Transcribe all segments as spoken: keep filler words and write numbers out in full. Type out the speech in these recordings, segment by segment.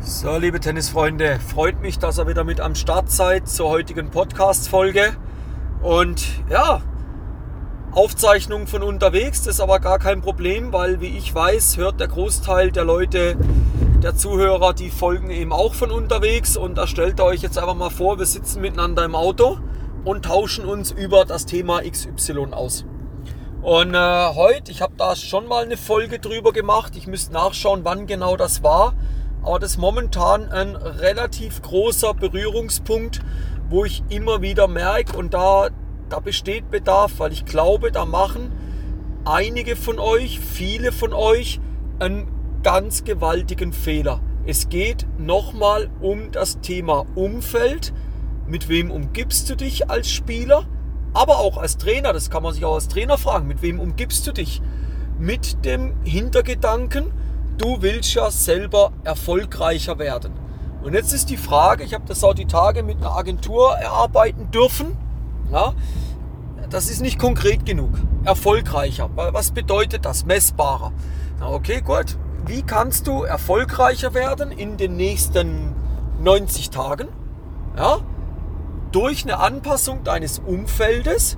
So, liebe Tennisfreunde, freut mich, dass ihr wieder mit am Start seid zur heutigen Podcast-Folge. Und ja, Aufzeichnung von unterwegs, das ist aber gar kein Problem, weil wie ich weiß, hört der Großteil der Leute, der Zuhörer, die Folgen eben auch von unterwegs. Und da stellt ihr euch jetzt einfach mal vor, wir sitzen miteinander im Auto und tauschen uns über das Thema X Y aus. Und äh, heute, ich habe da schon mal eine Folge drüber gemacht, ich müsste nachschauen, wann genau das war. Aber das ist momentan ein relativ großer Berührungspunkt, wo ich immer wieder merke, und da, da besteht Bedarf, weil ich glaube, da machen einige von euch, viele von euch einen ganz gewaltigen Fehler. Es geht nochmal um das Thema Umfeld. Mit wem umgibst du dich als Spieler, aber auch als Trainer? Das kann man sich auch als Trainer fragen. Mit wem umgibst du dich? Mit dem Hintergedanken, du willst ja selber erfolgreicher werden. Und jetzt ist die Frage, ich habe das auch die Tage mit einer Agentur erarbeiten dürfen. Ja, das ist nicht konkret genug. Erfolgreicher. Was bedeutet das? Messbarer. Na okay, gut. Wie kannst du erfolgreicher werden in den nächsten neunzig Tagen? Ja, durch eine Anpassung deines Umfeldes.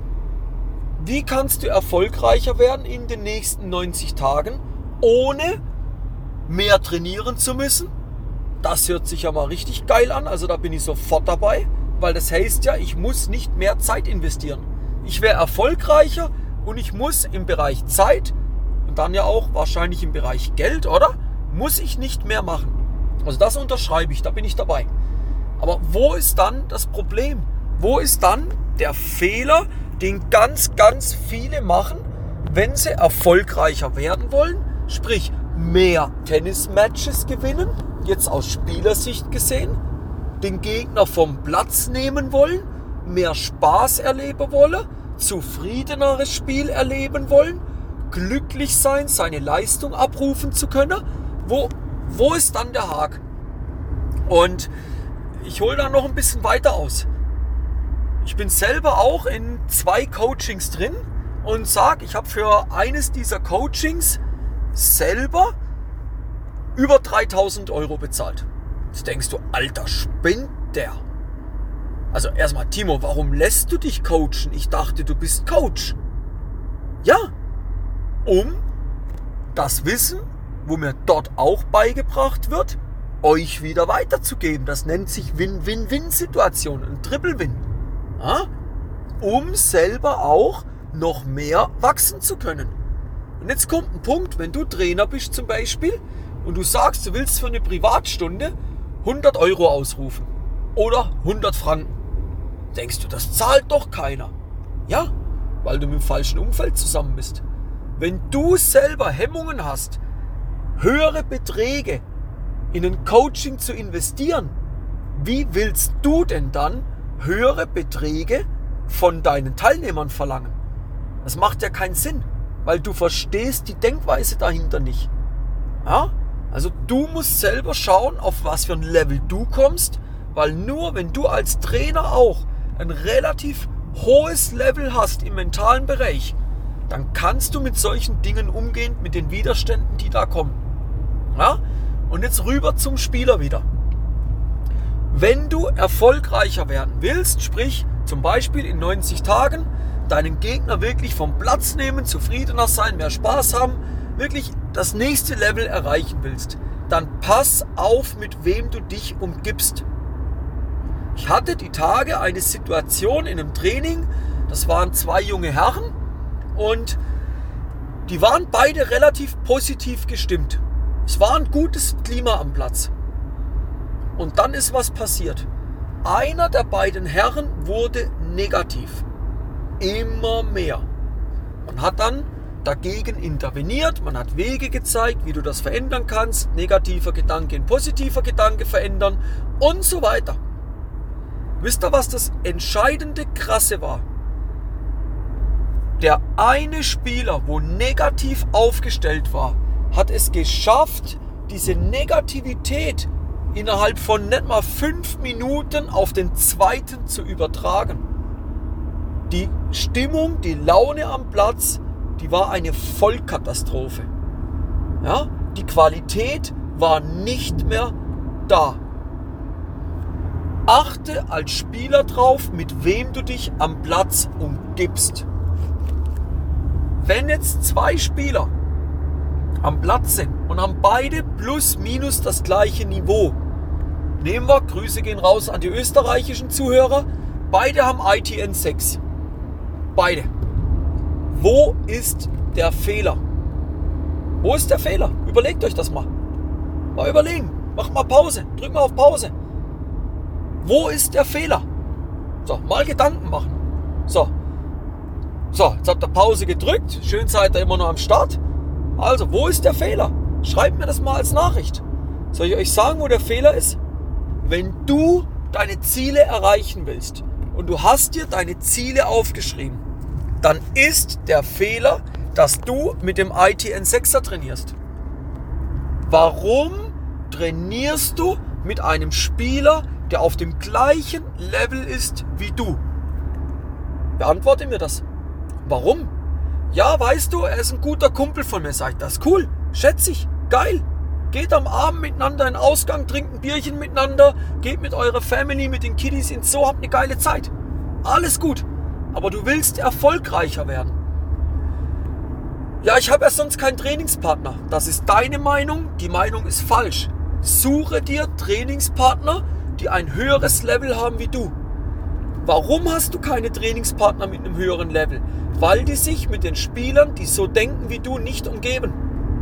Wie kannst du erfolgreicher werden in den nächsten neunzig Tagen, ohne mehr trainieren zu müssen? Das hört sich ja mal richtig geil an, also da bin ich sofort dabei, weil das heißt ja, ich muss nicht mehr Zeit investieren. Ich wäre erfolgreicher und ich muss im Bereich Zeit und dann ja auch wahrscheinlich im Bereich Geld, oder? Muss ich nicht mehr machen. Also das unterschreibe ich, da bin ich dabei. Aber wo ist dann das Problem? Wo ist dann der Fehler, den ganz, ganz viele machen, wenn sie erfolgreicher werden wollen? Sprich, mehr Tennismatches gewinnen, jetzt aus Spielersicht gesehen, den Gegner vom Platz nehmen wollen, mehr Spaß erleben wollen, zufriedeneres Spiel erleben wollen, glücklich sein, seine Leistung abrufen zu können. Wo, wo ist dann der Haken? Und ich hole da noch ein bisschen weiter aus. Ich bin selber auch in zwei Coachings drin und sage, ich habe für eines dieser Coachings selber über dreitausend Euro bezahlt. Jetzt denkst du, Alter, spinnt der? Also erstmal, Timo, warum lässt du dich coachen? Ich dachte, du bist Coach. Ja, um das Wissen, wo mir dort auch beigebracht wird, euch wieder weiterzugeben. Das nennt sich Win-Win-Win-Situation, ein Triple-Win. Ja? Um selber auch noch mehr wachsen zu können. Und jetzt kommt ein Punkt, wenn du Trainer bist zum Beispiel und du sagst, du willst für eine Privatstunde hundert Euro ausrufen oder hundert Franken. Denkst du, das zahlt doch keiner. Ja, weil du mit dem falschen Umfeld zusammen bist. Wenn du selber Hemmungen hast, höhere Beträge in ein Coaching zu investieren, wie willst du denn dann höhere Beträge von deinen Teilnehmern verlangen? Das macht ja keinen Sinn. Weil du verstehst die Denkweise dahinter nicht. Ja? Also du musst selber schauen, auf was für ein Level du kommst, weil nur wenn du als Trainer auch ein relativ hohes Level hast im mentalen Bereich, dann kannst du mit solchen Dingen umgehen, mit den Widerständen, die da kommen. Ja? Und jetzt rüber zum Spieler wieder. Wenn du erfolgreicher werden willst, sprich zum Beispiel in neunzig Tagen, deinen Gegner wirklich vom Platz nehmen, zufriedener sein, mehr Spaß haben, wirklich das nächste Level erreichen willst, dann pass auf, mit wem du dich umgibst. Ich hatte die Tage eine Situation in einem Training, das waren zwei junge Herren und die waren beide relativ positiv gestimmt. Es war ein gutes Klima am Platz. Und dann ist was passiert. Einer der beiden Herren wurde negativ. Immer mehr. Man hat dann dagegen interveniert, man hat Wege gezeigt, wie du das verändern kannst, negativer Gedanke in positiver Gedanke verändern und so weiter. Wisst ihr, was das entscheidende Krasse war? Der eine Spieler, wo negativ aufgestellt war, hat es geschafft, diese Negativität innerhalb von nicht mal fünf Minuten auf den zweiten zu übertragen. Die Stimmung, die Laune am Platz, die war eine Vollkatastrophe. Ja? Die Qualität war nicht mehr da. Achte als Spieler drauf, mit wem du dich am Platz umgibst. Wenn jetzt zwei Spieler am Platz sind und haben beide plus minus das gleiche Niveau, nehmen wir, Grüße gehen raus an die österreichischen Zuhörer, beide haben I T N sechs. Beide. Wo ist der Fehler? Wo ist der Fehler? Überlegt euch das mal. Mal überlegen. Macht mal Pause. Drückt mal auf Pause. Wo ist der Fehler? So, mal Gedanken machen. So. So, jetzt habt ihr Pause gedrückt. Schön seid ihr immer noch am Start. Also, wo ist der Fehler? Schreibt mir das mal als Nachricht. Soll ich euch sagen, wo der Fehler ist? Wenn du deine Ziele erreichen willst und du hast dir deine Ziele aufgeschrieben, dann ist der Fehler, dass du mit dem I T N sechser trainierst. Warum trainierst du mit einem Spieler, der auf dem gleichen Level ist wie du? Beantworte mir das. Warum? Ja, weißt du, er ist ein guter Kumpel von mir. Sag ich, das ist cool, schätze ich, geil. Geht am Abend miteinander in den Ausgang, trinkt ein Bierchen miteinander, geht mit eurer Family, mit den Kiddies ins Zoo, habt eine geile Zeit. Alles gut. Aber du willst erfolgreicher werden. Ja, ich habe ja sonst keinen Trainingspartner. Das ist deine Meinung, die Meinung ist falsch. Suche dir Trainingspartner, die ein höheres Level haben wie du. Warum hast du keine Trainingspartner mit einem höheren Level? Weil die sich mit den Spielern, die so denken wie du, nicht umgeben.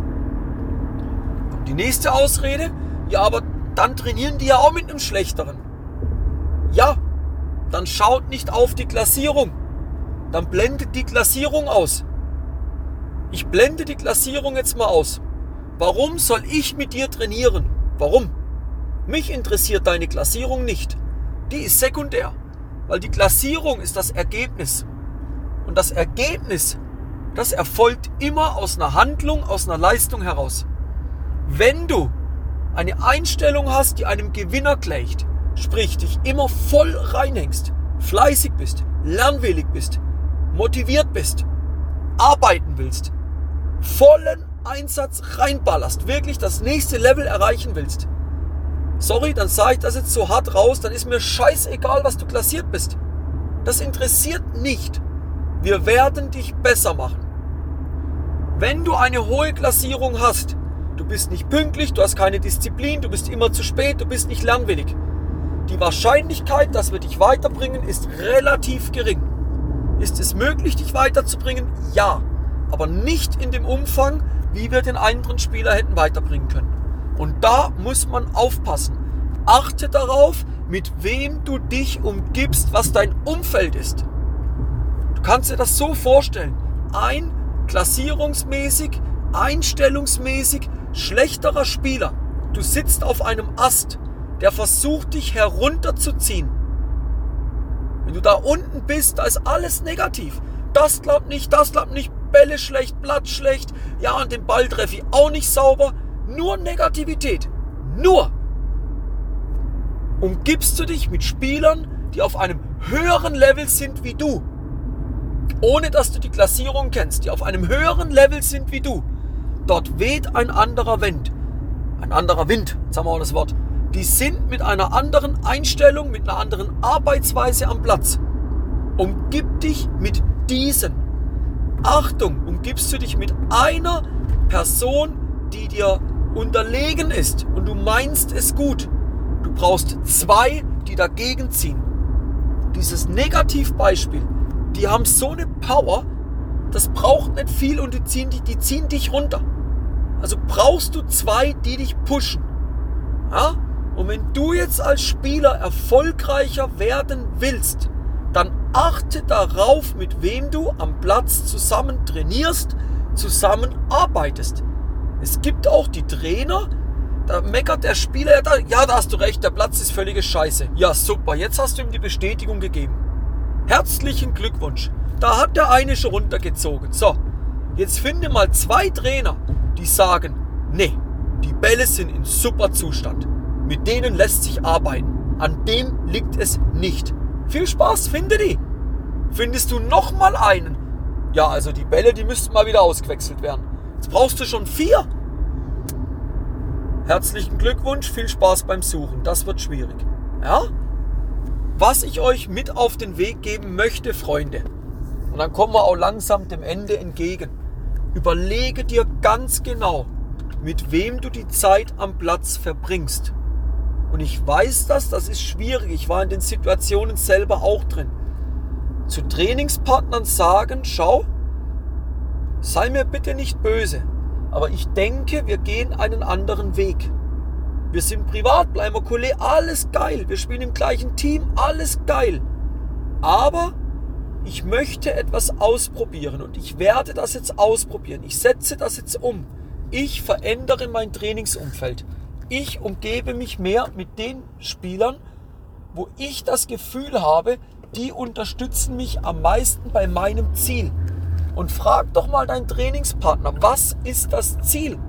Die nächste Ausrede, ja, aber dann trainieren die ja auch mit einem schlechteren. Ja, dann schaut nicht auf die Klassierung. Dann blendet die Klassierung aus. Ich blende die Klassierung jetzt mal aus. Warum soll ich mit dir trainieren? Warum? Mich interessiert deine Klassierung nicht. Die ist sekundär. Weil die Klassierung ist das Ergebnis. Und das Ergebnis, das erfolgt immer aus einer Handlung, aus einer Leistung heraus. Wenn du eine Einstellung hast, die einem Gewinner gleicht, sprich dich immer voll reinhängst, fleißig bist, lernwillig bist, motiviert bist, arbeiten willst, vollen Einsatz reinballerst, wirklich das nächste Level erreichen willst, sorry, dann sage ich das jetzt so hart raus, dann ist mir scheißegal, was du klassiert bist. Das interessiert nicht. Wir werden dich besser machen. Wenn du eine hohe Klassierung hast, du bist nicht pünktlich, du hast keine Disziplin, du bist immer zu spät, du bist nicht lernwillig. Die Wahrscheinlichkeit, dass wir dich weiterbringen, ist relativ gering. Ist es möglich, dich weiterzubringen? Ja. Aber nicht in dem Umfang, wie wir den anderen Spieler hätten weiterbringen können. Und da muss man aufpassen. Achte darauf, mit wem du dich umgibst, was dein Umfeld ist. Du kannst dir das so vorstellen. Ein klassierungsmäßig, einstellungsmäßig schlechterer Spieler. Du sitzt auf einem Ast, der versucht, dich herunterzuziehen. Wenn du da unten bist, da ist alles negativ. Das klappt nicht, das klappt nicht, Bälle schlecht, Blatt schlecht, ja, und den Ball treffe ich auch nicht sauber. Nur Negativität. Nur. Umgibst du dich mit Spielern, die auf einem höheren Level sind wie du. Ohne dass du die Klassierung kennst, die auf einem höheren Level sind wie du. Dort weht ein anderer Wind. Ein anderer Wind, jetzt haben wir auch das Wort. Die sind mit einer anderen Einstellung, mit einer anderen Arbeitsweise am Platz. Umgib dich mit diesen. Achtung, umgibst du dich mit einer Person, die dir unterlegen ist und du meinst es gut. Du brauchst zwei, die dagegen ziehen. Dieses Negativbeispiel, die haben so eine Power, das braucht nicht viel und die ziehen, die, die ziehen dich runter. Also brauchst du zwei, die dich pushen. Ja? Und wenn du jetzt als Spieler erfolgreicher werden willst, dann achte darauf, mit wem du am Platz zusammen trainierst, zusammen arbeitest. Es gibt auch die Trainer, da meckert der Spieler, ja da, ja, da hast du recht, der Platz ist völlige Scheiße. Ja, super, jetzt hast du ihm die Bestätigung gegeben. Herzlichen Glückwunsch, da hat der eine schon runtergezogen. So, jetzt finde mal zwei Trainer, die sagen, nee, die Bälle sind in super Zustand. Mit denen lässt sich arbeiten. An dem liegt es nicht. Viel Spaß, finde die. Findest du noch mal einen? Ja, also die Bälle, die müssten mal wieder ausgewechselt werden. Jetzt brauchst du schon vier. herzlichen Glückwunsch, viel Spaß beim Suchen. Das wird schwierig. Ja? Was ich euch mit auf den Weg geben möchte, Freunde, und dann kommen wir auch langsam dem Ende entgegen. Überlege dir ganz genau, mit wem du die Zeit am Platz verbringst. Und ich weiß das, das ist schwierig. Ich war in den Situationen selber auch drin. Zu Trainingspartnern sagen, schau, sei mir bitte nicht böse, aber ich denke, wir gehen einen anderen Weg. Wir sind privat, bleiben wir Kollegen, alles geil. Wir spielen im gleichen Team, alles geil. Aber ich möchte etwas ausprobieren und ich werde das jetzt ausprobieren. Ich setze das jetzt um. Ich verändere mein Trainingsumfeld. Ich umgebe mich mehr mit den Spielern, wo ich das Gefühl habe, die unterstützen mich am meisten bei meinem Ziel. Und frag doch mal deinen Trainingspartner, was ist das Ziel?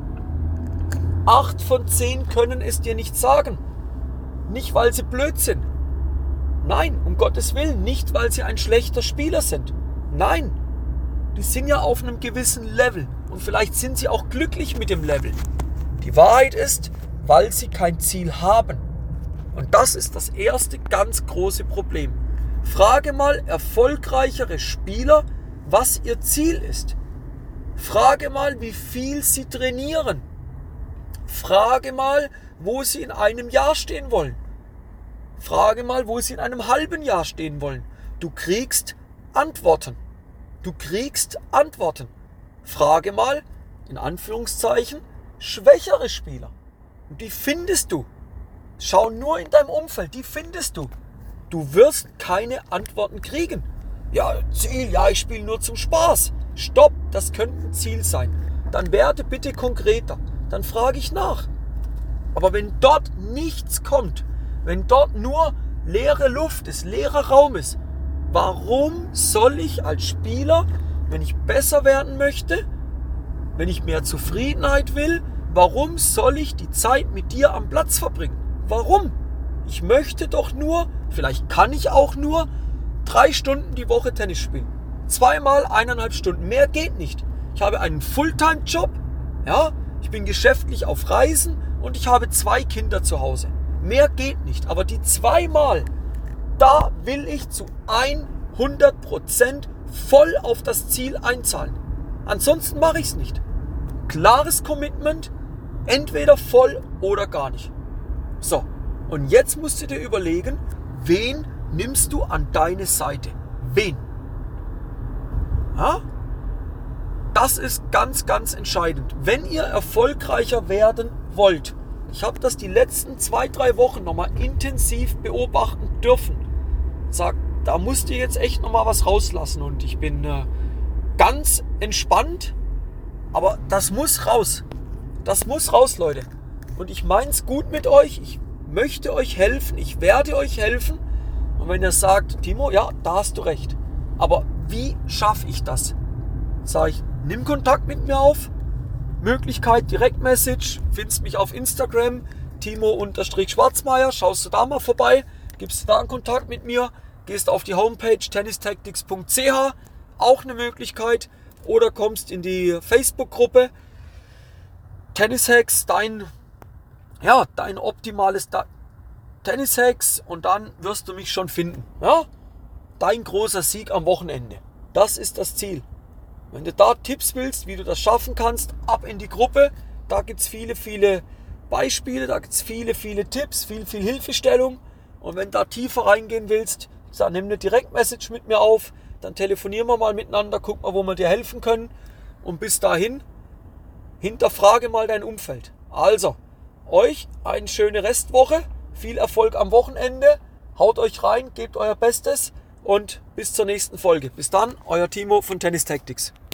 Acht von zehn können es dir nicht sagen. Nicht, weil sie blöd sind. Nein, um Gottes Willen, nicht, weil sie ein schlechter Spieler sind. Nein, die sind ja auf einem gewissen Level und vielleicht sind sie auch glücklich mit dem Level. Die Wahrheit ist, weil sie kein Ziel haben. Und das ist das erste ganz große Problem. Frage mal erfolgreichere Spieler, was ihr Ziel ist. Frage mal, wie viel sie trainieren. Frage mal, wo sie in einem Jahr stehen wollen. Frage mal, wo sie in einem halben Jahr stehen wollen. Du kriegst Antworten. Du kriegst Antworten. Frage mal, in Anführungszeichen, schwächere Spieler. Und die findest du. Schau nur in deinem Umfeld, die findest du. Du wirst keine Antworten kriegen. Ja, Ziel, ja, ich spiele nur zum Spaß. Stopp, das könnte ein Ziel sein. Dann werde bitte konkreter. Dann frage ich nach. Aber wenn dort nichts kommt, wenn dort nur leere Luft ist, leerer Raum ist, warum soll ich als Spieler, wenn ich besser werden möchte, wenn ich mehr Zufriedenheit will, warum soll ich die Zeit mit dir am Platz verbringen? Warum? Ich möchte doch nur, vielleicht kann ich auch nur, drei Stunden die Woche Tennis spielen. Zweimal eineinhalb Stunden. Mehr geht nicht. Ich habe einen Fulltime-Job, ja, ich bin geschäftlich auf Reisen und ich habe zwei Kinder zu Hause. Mehr geht nicht. Aber die zweimal, da will ich zu hundert Prozent voll auf das Ziel einzahlen. Ansonsten mache ich es nicht. Klares Commitment, entweder voll oder gar nicht. So, und jetzt musst du dir überlegen, wen nimmst du an deine Seite? Wen? Ja? Das ist ganz, ganz entscheidend. Wenn ihr erfolgreicher werden wollt, ich habe das die letzten zwei, drei Wochen nochmal intensiv beobachten dürfen. Sag, da musst ihr jetzt echt nochmal was rauslassen und ich bin äh, ganz entspannt, aber das muss raus. Das muss raus, Leute. Und ich meine es gut mit euch. Ich möchte euch helfen. Ich werde euch helfen. Und wenn ihr sagt, Timo, ja, da hast du recht. Aber wie schaffe ich das? Sage ich, nimm Kontakt mit mir auf. Möglichkeit, Direktmessage. Findest mich auf Instagram, Timo-Schwarzmeier. Schaust du da mal vorbei. Gibst du da einen Kontakt mit mir. Gehst auf die Homepage tennistactics punkt c h. Auch eine Möglichkeit. Oder kommst in die Facebook-Gruppe Tennis Hacks, dein, ja, dein optimales da- Tennis Hacks, und dann wirst du mich schon finden. Ja? Dein großer Sieg am Wochenende. Das ist das Ziel. Wenn du da Tipps willst, wie du das schaffen kannst, ab in die Gruppe. Da gibt es viele, viele Beispiele, da gibt es viele, viele Tipps, viel, viel Hilfestellung. Und wenn du da tiefer reingehen willst, sag, nimm eine Direktmessage mit mir auf, dann telefonieren wir mal miteinander, guck mal, wo wir dir helfen können. Und bis dahin, hinterfrage mal dein Umfeld. Also, euch eine schöne Restwoche, viel Erfolg am Wochenende, haut euch rein, gebt euer Bestes und bis zur nächsten Folge. Bis dann, euer Timo von Tennis Tactics.